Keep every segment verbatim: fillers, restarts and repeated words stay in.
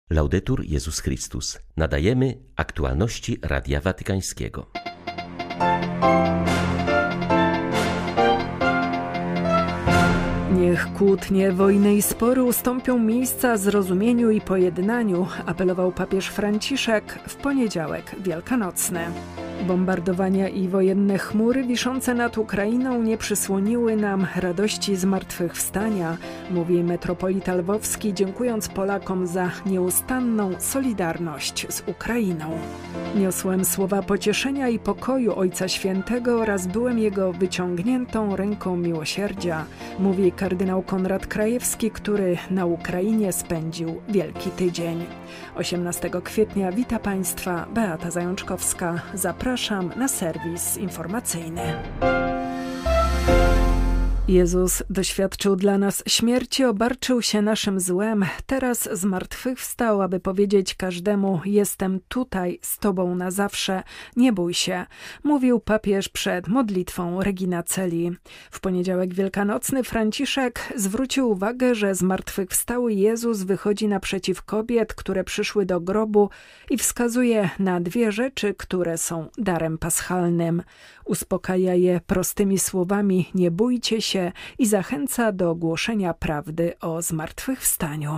Laudetur Jezus Chrystus. Nadajemy aktualności Radia Watykańskiego. Niech kłótnie, wojny i spory ustąpią miejsca zrozumieniu i pojednaniu, apelował papież Franciszek w poniedziałek wielkanocny. Bombardowania i wojenne chmury wiszące nad Ukrainą nie przysłoniły nam radości zmartwychwstania, mówi metropolita lwowski, dziękując Polakom za nieustanną solidarność z Ukrainą. Niosłem słowa pocieszenia i pokoju Ojca Świętego oraz byłem Jego wyciągniętą ręką miłosierdzia, mówi kardynał Konrad Krajewski, który na Ukrainie spędził Wielki Tydzień. osiemnastego kwietnia wita Państwa Beata Zajączkowska. Zapraszam na serwis informacyjny. Jezus doświadczył dla nas śmierci, obarczył się naszym złem, teraz zmartwychwstał, aby powiedzieć każdemu: jestem tutaj z Tobą na zawsze, nie bój się, mówił papież przed modlitwą Regina Coeli. W poniedziałek wielkanocny Franciszek zwrócił uwagę, że zmartwychwstały Jezus wychodzi naprzeciw kobiet, które przyszły do grobu i wskazuje na dwie rzeczy, które są darem paschalnym. Uspokaja je prostymi słowami: nie bójcie się, i zachęca do głoszenia prawdy o zmartwychwstaniu.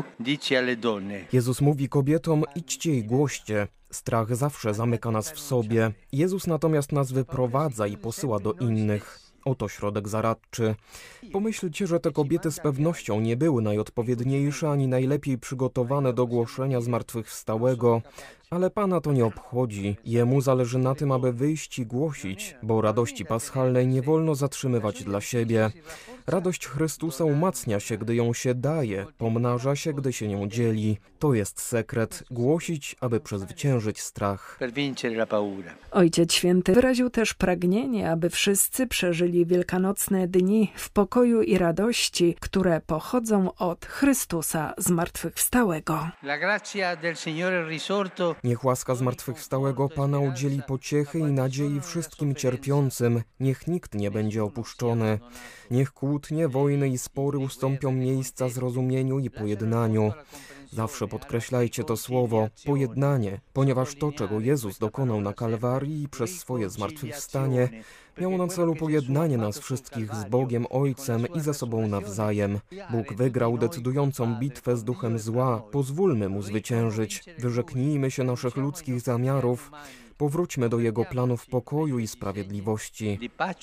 Jezus mówi kobietom: idźcie i głoście. Strach zawsze zamyka nas w sobie. Jezus natomiast nas wyprowadza i posyła do innych. Oto środek zaradczy. Pomyślcie, że te kobiety z pewnością nie były najodpowiedniejsze ani najlepiej przygotowane do głoszenia zmartwychwstałego, ale Pana to nie obchodzi. Jemu zależy na tym, aby wyjść i głosić, bo radości paschalnej nie wolno zatrzymywać dla siebie. Radość Chrystusa umacnia się, gdy ją się daje, pomnaża się, gdy się nią dzieli. To jest sekret, głosić, aby przezwyciężyć strach. Ojciec Święty wyraził też pragnienie, aby wszyscy przeżyli wielkanocne dni w pokoju i radości, które pochodzą od Chrystusa zmartwychwstałego. Niech łaska zmartwychwstałego Pana udzieli pociechy i nadziei wszystkim cierpiącym. Niech nikt nie będzie opuszczony. Niech kłótnie, wojny i spory ustąpią miejsca zrozumieniu i pojednaniu. Zawsze podkreślajcie to słowo pojednanie, ponieważ to, czego Jezus dokonał na Kalwarii i przez swoje zmartwychwstanie, miało na celu pojednanie nas wszystkich z Bogiem Ojcem i ze sobą nawzajem. Bóg wygrał decydującą bitwę z duchem zła. Pozwólmy Mu zwyciężyć. Wyrzeknijmy się naszych ludzkich zamiarów. Powróćmy do Jego planów pokoju i sprawiedliwości.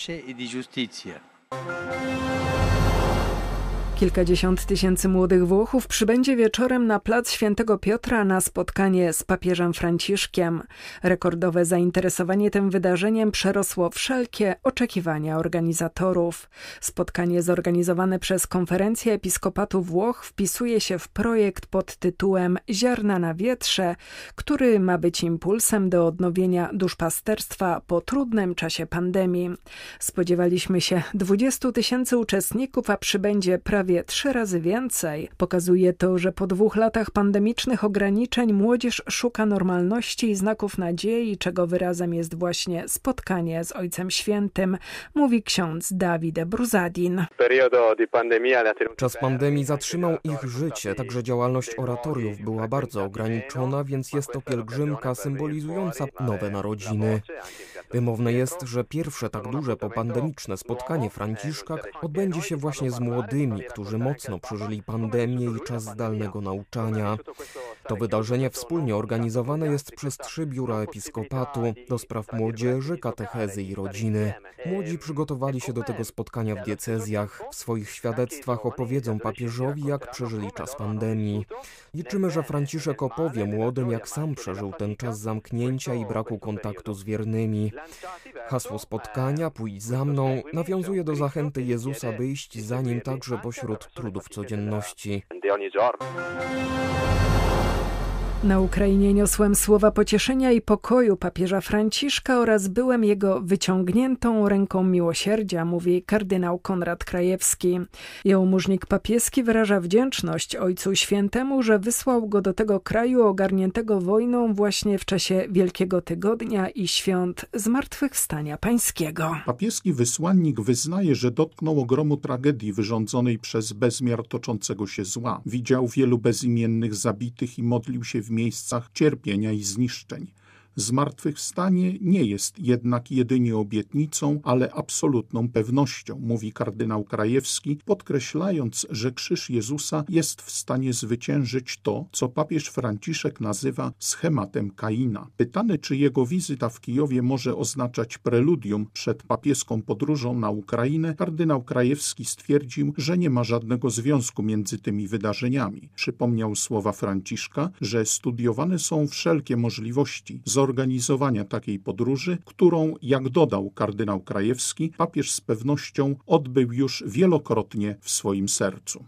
Kilkadziesiąt tysięcy młodych Włochów przybędzie wieczorem na plac Świętego Piotra na spotkanie z papieżem Franciszkiem. Rekordowe zainteresowanie tym wydarzeniem przerosło wszelkie oczekiwania organizatorów. Spotkanie zorganizowane przez Konferencję Episkopatu Włoch wpisuje się w projekt pod tytułem Ziarna na wietrze, który ma być impulsem do odnowienia duszpasterstwa po trudnym czasie pandemii. Spodziewaliśmy się dwudziestu tysięcy uczestników, a przybędzie prawie Prawie trzy razy więcej. Pokazuje to, że po dwóch latach pandemicznych ograniczeń młodzież szuka normalności i znaków nadziei, czego wyrazem jest właśnie spotkanie z Ojcem Świętym, mówi ksiądz Davide Brusadin. Czas pandemii zatrzymał ich życie, także działalność oratoriów była bardzo ograniczona, więc jest to pielgrzymka symbolizująca nowe narodziny. Wymowne jest, że pierwsze tak duże popandemiczne spotkanie Franciszka odbędzie się właśnie z młodymi, którzy mocno przeżyli pandemię i czas zdalnego nauczania. To wydarzenie wspólnie organizowane jest przez trzy biura episkopatu do spraw młodzieży, katechezy i rodziny. Młodzi przygotowali się do tego spotkania w diecezjach. W swoich świadectwach opowiedzą papieżowi, jak przeżyli czas pandemii. Liczymy, że Franciszek opowie młodym, jak sam przeżył ten czas zamknięcia i braku kontaktu z wiernymi. Hasło spotkania „Pójdź za mną” nawiązuje do zachęty Jezusa, by iść za Nim także pośród trudów codzienności. Na Ukrainie niosłem słowa pocieszenia i pokoju papieża Franciszka oraz byłem jego wyciągniętą ręką miłosierdzia, mówi kardynał Konrad Krajewski. Jałmużnik papieski wyraża wdzięczność Ojcu Świętemu, że wysłał go do tego kraju ogarniętego wojną właśnie w czasie Wielkiego Tygodnia i świąt Zmartwychwstania Pańskiego. Papieski wysłannik wyznaje, że dotknął ogromu tragedii wyrządzonej przez bezmiar toczącego się zła. Widział wielu bezimiennych zabitych i modlił się w miejscach cierpienia i zniszczeń. Zmartwychwstanie nie jest jednak jedynie obietnicą, ale absolutną pewnością, mówi kardynał Krajewski, podkreślając, że krzyż Jezusa jest w stanie zwyciężyć to, co papież Franciszek nazywa schematem Kaina. Pytany, czy jego wizyta w Kijowie może oznaczać preludium przed papieską podróżą na Ukrainę, kardynał Krajewski stwierdził, że nie ma żadnego związku między tymi wydarzeniami. Przypomniał słowa Franciszka, że studiowane są wszelkie możliwości zorganizowania takiej podróży, którą, jak dodał kardynał Krajewski, papież z pewnością odbył już wielokrotnie w swoim sercu.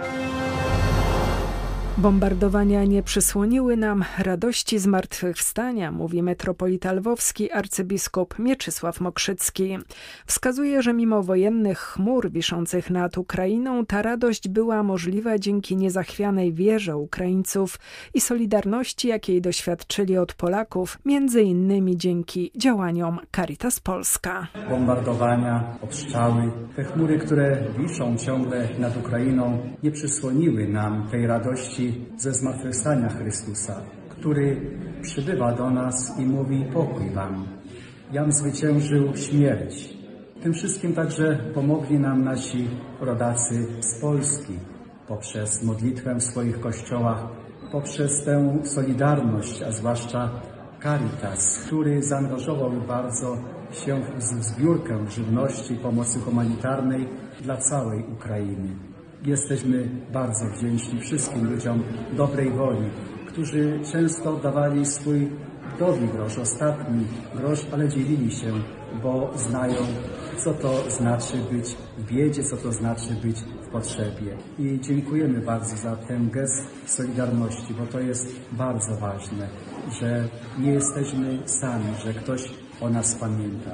Bombardowania nie przysłoniły nam radości zmartwychwstania, mówi metropolita lwowski arcybiskup Mieczysław Mokrzycki. Wskazuje, że mimo wojennych chmur wiszących nad Ukrainą, ta radość była możliwa dzięki niezachwianej wierze Ukraińców i solidarności, jakiej doświadczyli od Polaków, między innymi dzięki działaniom Caritas Polska. Bombardowania, ostrzały, te chmury, które wiszą ciągle nad Ukrainą, nie przysłoniły nam tej radości ze zmartwychwstania Chrystusa, który przybywa do nas i mówi: pokój wam. Jam zwyciężył śmierć. Tym wszystkim także pomogli nam nasi rodacy z Polski poprzez modlitwę w swoich kościołach, poprzez tę solidarność, a zwłaszcza Caritas, który zaangażował bardzo się w zbiórkę żywności i pomocy humanitarnej dla całej Ukrainy. Jesteśmy bardzo wdzięczni wszystkim ludziom dobrej woli, którzy często dawali swój dobi grosz, ostatni grosz, ale dzielili się, bo znają, co to znaczy być w biedzie, co to znaczy być w potrzebie. I dziękujemy bardzo za ten gest solidarności, bo to jest bardzo ważne, że nie jesteśmy sami, że ktoś o nas pamięta.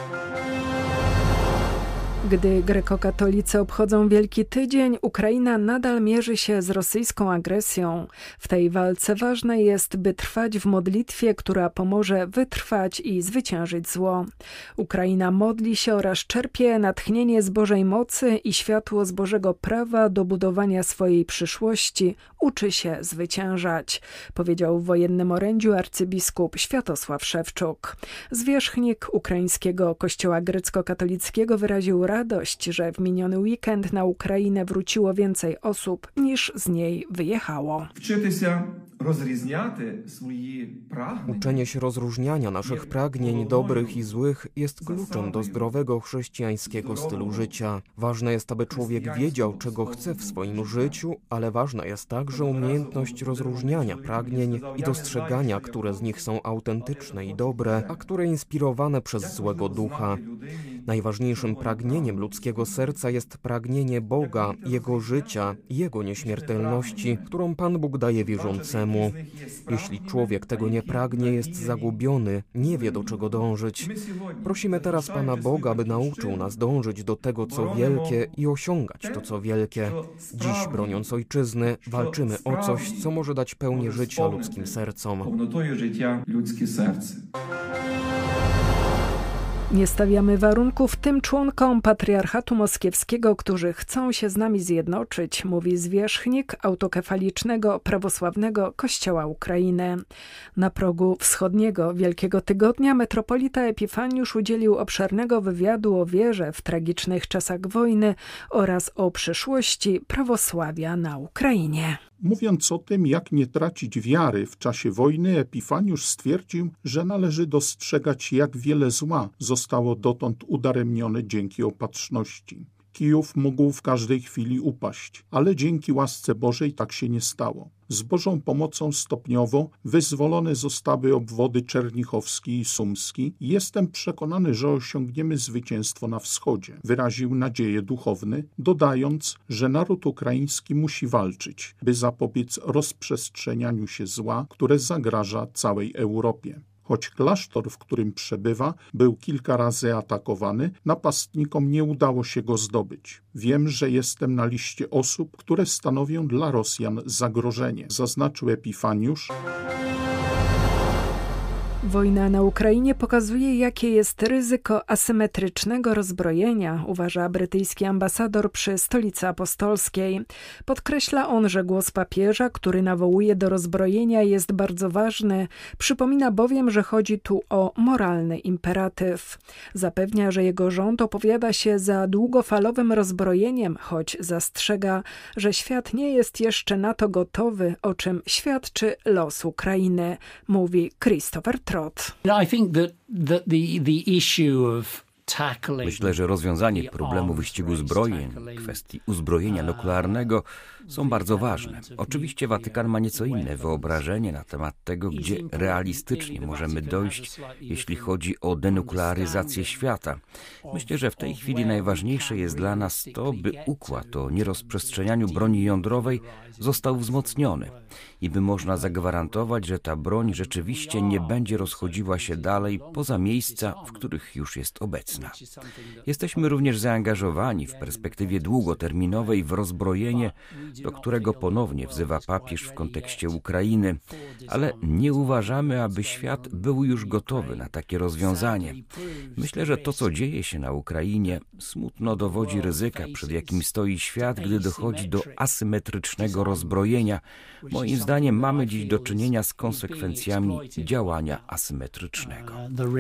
Gdy grekokatolicy obchodzą Wielki Tydzień, Ukraina nadal mierzy się z rosyjską agresją. W tej walce ważne jest, by trwać w modlitwie, która pomoże wytrwać i zwyciężyć zło. Ukraina modli się oraz czerpie natchnienie z Bożej mocy i światło z Bożego prawa do budowania swojej przyszłości. Uczy się zwyciężać, powiedział w wojennym orędziu arcybiskup Światosław Szewczuk. Zwierzchnik ukraińskiego kościoła grecko-katolickiego wyraził radość, że w miniony weekend na Ukrainę wróciło więcej osób niż z niej wyjechało. Uczenie się rozróżniania naszych pragnień dobrych i złych jest kluczem do zdrowego chrześcijańskiego stylu życia. Ważne jest, aby człowiek wiedział, czego chce w swoim życiu, ale ważna jest także umiejętność rozróżniania pragnień i dostrzegania, które z nich są autentyczne i dobre, a które inspirowane przez złego ducha. Najważniejszym pragnieniem ludzkiego serca jest pragnienie Boga, Jego życia, Jego nieśmiertelności, którą Pan Bóg daje wierzącemu. Jeśli człowiek tego nie pragnie, jest zagubiony, nie wie, do czego dążyć. Prosimy teraz Pana Boga, by nauczył nas dążyć do tego, co wielkie i osiągać to, co wielkie. Dziś, broniąc ojczyzny, walczymy o coś, co może dać pełnię życia ludzkim sercom. Nie stawiamy warunków tym członkom patriarchatu moskiewskiego, którzy chcą się z nami zjednoczyć, mówi zwierzchnik autokefalicznego prawosławnego Kościoła Ukrainy. Na progu wschodniego Wielkiego Tygodnia metropolita Epifaniusz udzielił obszernego wywiadu o wierze w tragicznych czasach wojny oraz o przyszłości prawosławia na Ukrainie. Mówiąc o tym, jak nie tracić wiary w czasie wojny, Epifaniusz stwierdził, że należy dostrzegać, jak wiele zła zostało dotąd udaremnione dzięki opatrzności. Kijów mógł w każdej chwili upaść, ale dzięki łasce Bożej tak się nie stało. Z Bożą pomocą stopniowo wyzwolone zostały obwody czernichowski i sumski i jestem przekonany, że osiągniemy zwycięstwo na wschodzie. Wyraził nadzieję duchowny, dodając, że naród ukraiński musi walczyć, by zapobiec rozprzestrzenianiu się zła, które zagraża całej Europie. Choć klasztor, w którym przebywa, był kilka razy atakowany, napastnikom nie udało się go zdobyć. Wiem, że jestem na liście osób, które stanowią dla Rosjan zagrożenie, zaznaczył Epifaniusz. Wojna na Ukrainie pokazuje, jakie jest ryzyko asymetrycznego rozbrojenia, uważa brytyjski ambasador przy Stolicy Apostolskiej. Podkreśla on, że głos papieża, który nawołuje do rozbrojenia, jest bardzo ważny. Przypomina bowiem, że chodzi tu o moralny imperatyw. Zapewnia, że jego rząd opowiada się za długofalowym rozbrojeniem, choć zastrzega, że świat nie jest jeszcze na to gotowy, o czym świadczy los Ukrainy, mówi Christopher Trott. Myślę, że rozwiązanie problemu wyścigu zbrojeń, kwestii uzbrojenia nuklearnego są bardzo ważne. Oczywiście Watykan ma nieco inne wyobrażenie na temat tego, gdzie realistycznie możemy dojść, jeśli chodzi o denuklearyzację świata. Myślę, że w tej chwili najważniejsze jest dla nas to, by układ o nierozprzestrzenianiu broni jądrowej został wzmocniony i by można zagwarantować, że ta broń rzeczywiście nie będzie rozchodziła się dalej poza miejsca, w których już jest obecna. Jesteśmy również zaangażowani w perspektywie długoterminowej w rozbrojenie, do którego ponownie wzywa papież w kontekście Ukrainy, ale nie uważamy, aby świat był już gotowy na takie rozwiązanie. Myślę, że to, co dzieje się na Ukrainie, smutno dowodzi ryzyka, przed jakim stoi świat, gdy dochodzi do asymetrycznego rozbrojenia. Moim zdaniem mamy dziś do czynienia z konsekwencjami działania asymetrycznego.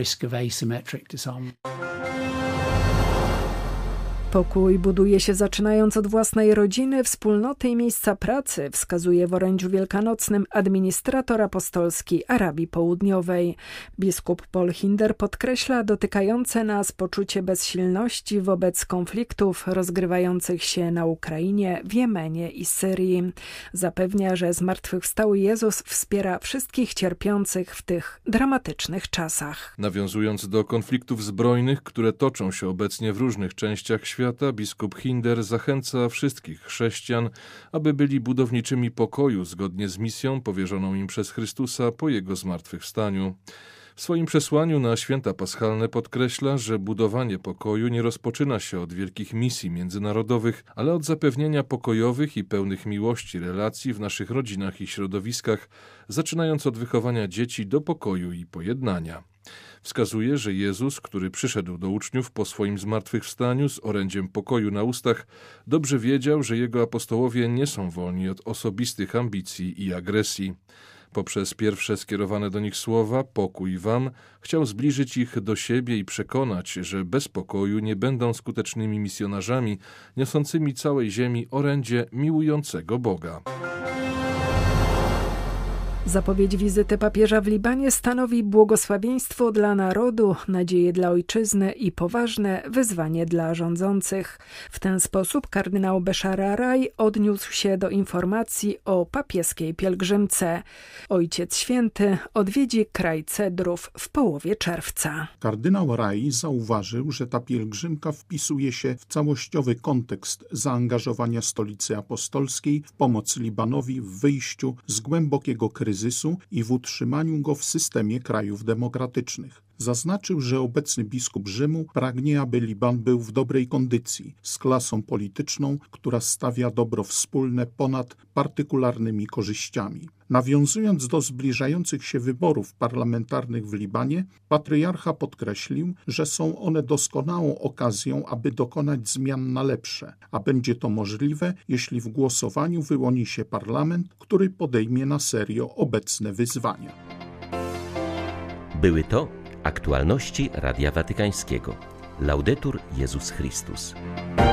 Pokój buduje się zaczynając od własnej rodziny, wspólnoty i miejsca pracy, wskazuje w orędziu wielkanocnym administrator apostolski Arabii Południowej. Biskup Paul Hinder podkreśla dotykające nas poczucie bezsilności wobec konfliktów rozgrywających się na Ukrainie, w Jemenie i Syrii. Zapewnia, że zmartwychwstały Jezus wspiera wszystkich cierpiących w tych dramatycznych czasach. Nawiązując do konfliktów zbrojnych, które toczą się obecnie w różnych częściach świata, Świata, biskup Hinder zachęca wszystkich chrześcijan, aby byli budowniczymi pokoju zgodnie z misją powierzoną im przez Chrystusa po Jego zmartwychwstaniu. W swoim przesłaniu na święta paschalne podkreśla, że budowanie pokoju nie rozpoczyna się od wielkich misji międzynarodowych, ale od zapewnienia pokojowych i pełnych miłości relacji w naszych rodzinach i środowiskach, zaczynając od wychowania dzieci do pokoju i pojednania. Wskazuje, że Jezus, który przyszedł do uczniów po swoim zmartwychwstaniu z orędziem pokoju na ustach, dobrze wiedział, że jego apostołowie nie są wolni od osobistych ambicji i agresji. Poprzez pierwsze skierowane do nich słowa „pokój wam” chciał zbliżyć ich do siebie i przekonać, że bez pokoju nie będą skutecznymi misjonarzami niosącymi całej ziemi orędzie miłującego Boga. Zapowiedź wizyty papieża w Libanie stanowi błogosławieństwo dla narodu, nadzieję dla ojczyzny i poważne wyzwanie dla rządzących. W ten sposób kardynał Beszar Araj odniósł się do informacji o papieskiej pielgrzymce. Ojciec Święty odwiedzi kraj Cedrów w połowie czerwca. Kardynał Araj zauważył, że ta pielgrzymka wpisuje się w całościowy kontekst zaangażowania Stolicy Apostolskiej w pomoc Libanowi w wyjściu z głębokiego kryzysu i w utrzymaniu go w systemie krajów demokratycznych. Zaznaczył, że obecny biskup Rzymu pragnie, aby Liban był w dobrej kondycji, z klasą polityczną, która stawia dobro wspólne ponad partykularnymi korzyściami. Nawiązując do zbliżających się wyborów parlamentarnych w Libanie, patriarcha podkreślił, że są one doskonałą okazją, aby dokonać zmian na lepsze, a będzie to możliwe, jeśli w głosowaniu wyłoni się parlament, który podejmie na serio obecne wyzwania. Były to aktualności Radia Watykańskiego. Laudetur Jezus Chrystus.